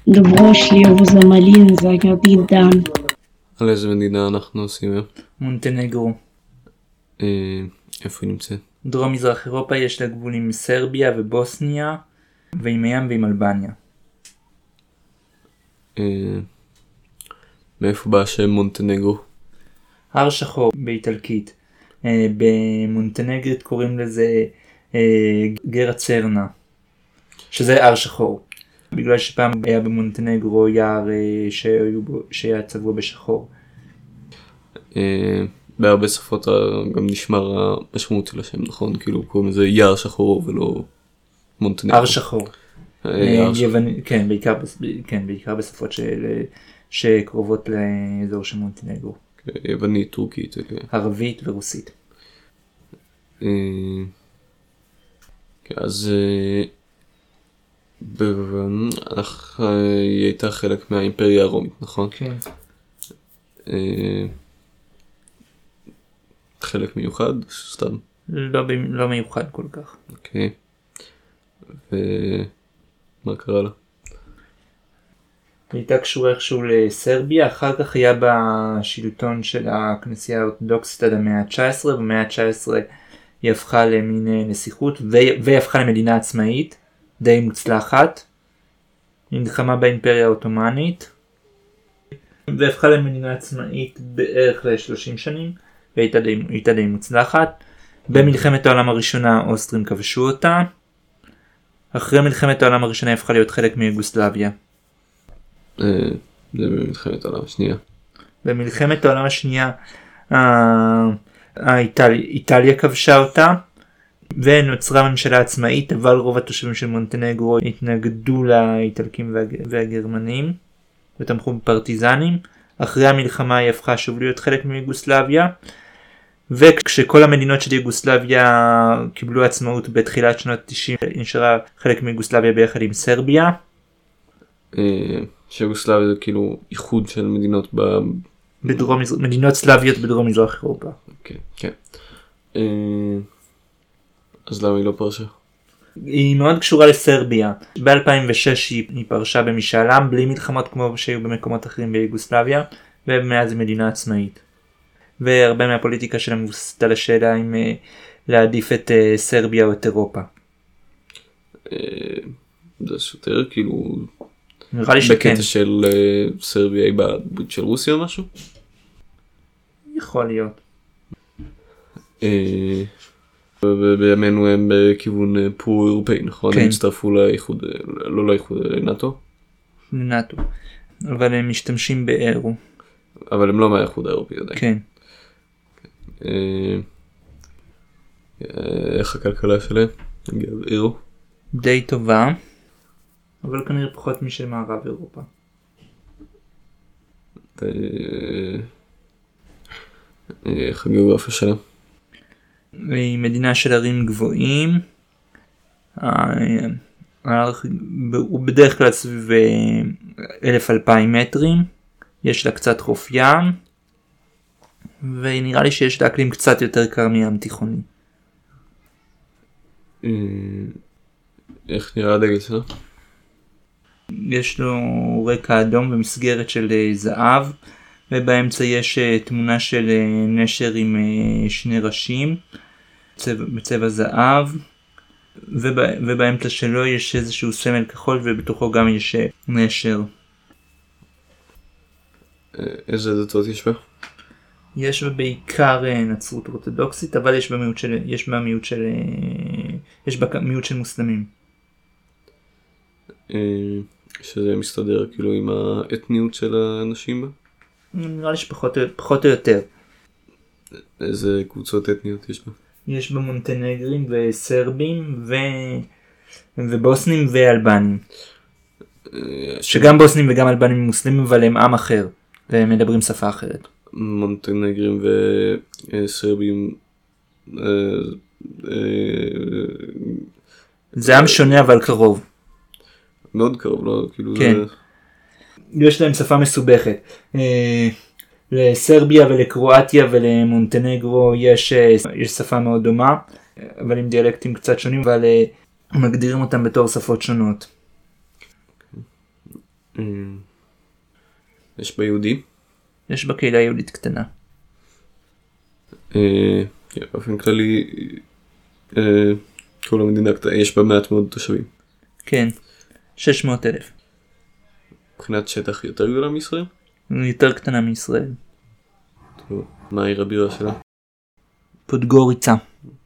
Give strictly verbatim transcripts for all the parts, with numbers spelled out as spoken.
Добро шли в Замалин за Габидан. על איזה מדינה אנחנו עושים היום? מונטנגרו. אה, איפה היא נמצאת? דרום מזרח אירופה, יש לה גבול עם סרביה ובוסניה, ועם הים ועם אלבניה. אה, מאיפה בא השם מונטנגרו? הר שחור באיטלקית. אה, במונטנגרית קוראים לזה אה, גרה צרנה, שזה הר שחור. בגלל שפעם היה במונטנגרו יער אה, שהיו בו, שהיה צבוע בשחור. אה, בהרבה שפות גם נשמר המשמעות של השם, נכון? כאילו קוראים לזה יער שחור ולא מונטנגרו. הר שחור. אה, יער שחור. יוון, כן, בעיקר, כן, בעיקר בשפות של, שקרובות לאזור של מונטנגרו. יוונית, טורקית. ערבית ורוסית. אה, אז אה, בבנח היא הייתה חלק מהאימפריה הרומית, נכון? כן. אה, חלק מיוחד? סתם. לא, לא מיוחד כל כך. אוקיי. ומה קרה לה? היא הייתה קשורה איכשהו לסרביה, אחר כך היה בשלטון של הכנסייה האורתודוקסית עד המאה ה-תשע עשרה, במאה ה-תשע עשרה היא הפכה למין נסיכות, והיא הפכה למדינה עצמאית, די מוצלחת. היא נלחמה באימפריה העות'מאנית, והפכה למדינה עצמאית בערך ל-שלושים שנים, והייתה די, הייתה די מוצלחת. במלחמת העולם הראשונה האוסטרים כבשו אותה. אחרי מלחמת העולם הראשונה היא הפכה להיות חלק מיוגוסלביה. זה במלחמת העולם השנייה. במלחמת העולם השנייה איטליה כבשה אותה, ונוצרה ממשלה עצמאית, אבל רוב התושבים של מונטנגרו התנגדו לאיטלקים והגרמנים ותמכו בפרטיזנים. אחרי המלחמה היא הפכה שוב להיות חלק מיוגוסלביה, וכשכל המדינות של יוגוסלביה קיבלו עצמאות בתחילת שנות ה-תשעים, נשארה חלק מיוגוסלביה ביחד עם סרביה. שיוגוסלביה זה כאילו איחוד של מדינות ב... בדרום, מדינות סלאביות בדרום מזרח אירופה. כן, כן. אז למה היא לא פרשה? היא מאוד קשורה לסרביה. ב-אלפיים ושש היא פרשה במשאל עם, בלי מלחמות כמו שהיו במקומות אחרים ביוגוסלביה, ומאז היא מדינה עצמאית. והרבה מהפוליטיקה שלה מבוססת על השאלה אם להעדיף את סרביה או את אירופה. זה סותר כאילו... נראה לי שכן. בקטע של סרביה היא בברית של רוסיה או משהו? יכול להיות. בימינו הם בכיוון פרו-אירופאי, נכון? כן. הם הצטרפו לאיחוד, לא לאיחוד, לנאטו? לנאטו. אבל הם משתמשים באירו. אבל הם לא מהאיחוד האירופי עדיין. כן. איך הכלכלה שלהם? אירו? די טובה. אבל כנראה פחות משל מערב אירופה. איך הגיאוגרפיה שלה? היא מדינה של ערים גבוהים. הוא בדרך כלל סביב אלף אלפיים מטרים. יש לה קצת חוף ים. ונראה לי שיש לה אקלים קצת יותר קר מים תיכוני. איך נראה הדגל שלה? יש לו רקע אדום ומסגרת של זהב, ובאמצע יש תמונה של נשר עם שני ראשים בצבע, בצבע זהב, ובא, ובאמצע שלו יש איזשהו סמל כחול ובתוכו גם יש נשר. איזה דתות יש בה? יש בה בעיקר נצרות אורתודוקסית, אבל יש בה מיעוט של, יש בה מיעוט של, יש בה מיעוט של מוסלמים. שזה מסתדר כאילו עם האתניות של האנשים בה? נראה לי שפחות פחות או יותר. איזה קבוצות אתניות יש בה? יש בה מונטנגרים וסרבים ו... ובוסנים ואלבנים. שגם בוסנים וגם אלבנים מוסלמים, אבל הם עם אחר והם מדברים שפה אחרת. מונטנגרים וסרבים זה עם שונה אבל קרוב. מאוד קרוב, לא? כאילו כן. זה... יש להם שפה מסובכת. לסרביה ולקרואטיה ולמונטנגרו יש, יש שפה מאוד דומה, אבל עם דיאלקטים קצת שונים, אבל מגדירים אותם בתור שפות שונות. יש בה יהודים? יש בה קהילה יהודית קטנה. באופן כללי, כל המדינה קטנה, יש בה מעט מאוד תושבים. כן, שש מאות אלף. מבחינת שטח יותר גדולה מישראל? יותר קטנה מישראל. טוב, מה העיר הבירה שלה? פודגוריצה.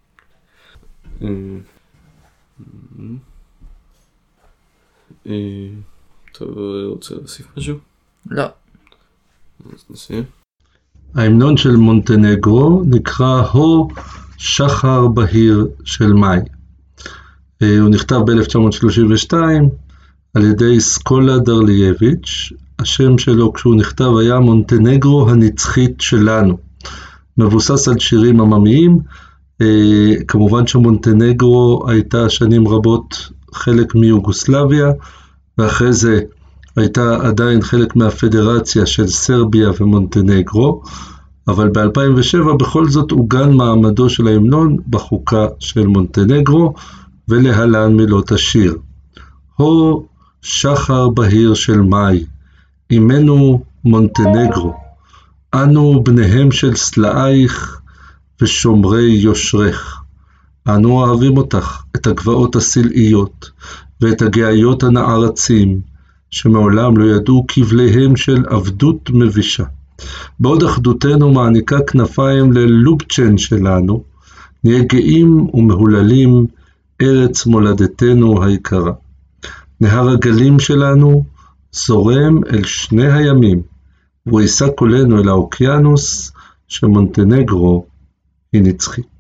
טוב, רוצה להוסיף משהו? לא. אז נסיים. ההמנון של מונטנגרו נקרא הו שחר בהיר של מאי. הוא נכתב ב-אלף תשע מאות שלושים ושתיים על ידי סקולה דרלייביץ'. השם שלו כשהוא נכתב היה מונטנגרו הנצחית שלנו. מבוסס על שירים עממיים. כמובן שמונטנגרו הייתה שנים רבות חלק מיוגוסלביה, ואחרי זה הייתה עדיין חלק מהפדרציה של סרביה ומונטנגרו, אבל ב-אלפיים ושבע בכל זאת עוגן מעמדו של ההמנון בחוקה של מונטנגרו, ולהלן מילות השיר. הו שחר בהיר של מאי, עמנו מונטנגרו, אנו בניהם של סלעייך ושומרי יושרך. אנו אוהבים אותך, את הגבעות הסלעיות ואת הגאיות הנערצים, שמעולם לא ידעו כבליהם של עבדות מבישה. בעוד אחדותנו מעניקה כנפיים ללובצ'ן שלנו, נהיה גאים ומהוללים ארץ מולדתנו היקרה. נהר הגלים שלנו זורם אל שני הימים, והוא יישא קולנו אל האוקיינוס, שמונטנגרו היא נצחית.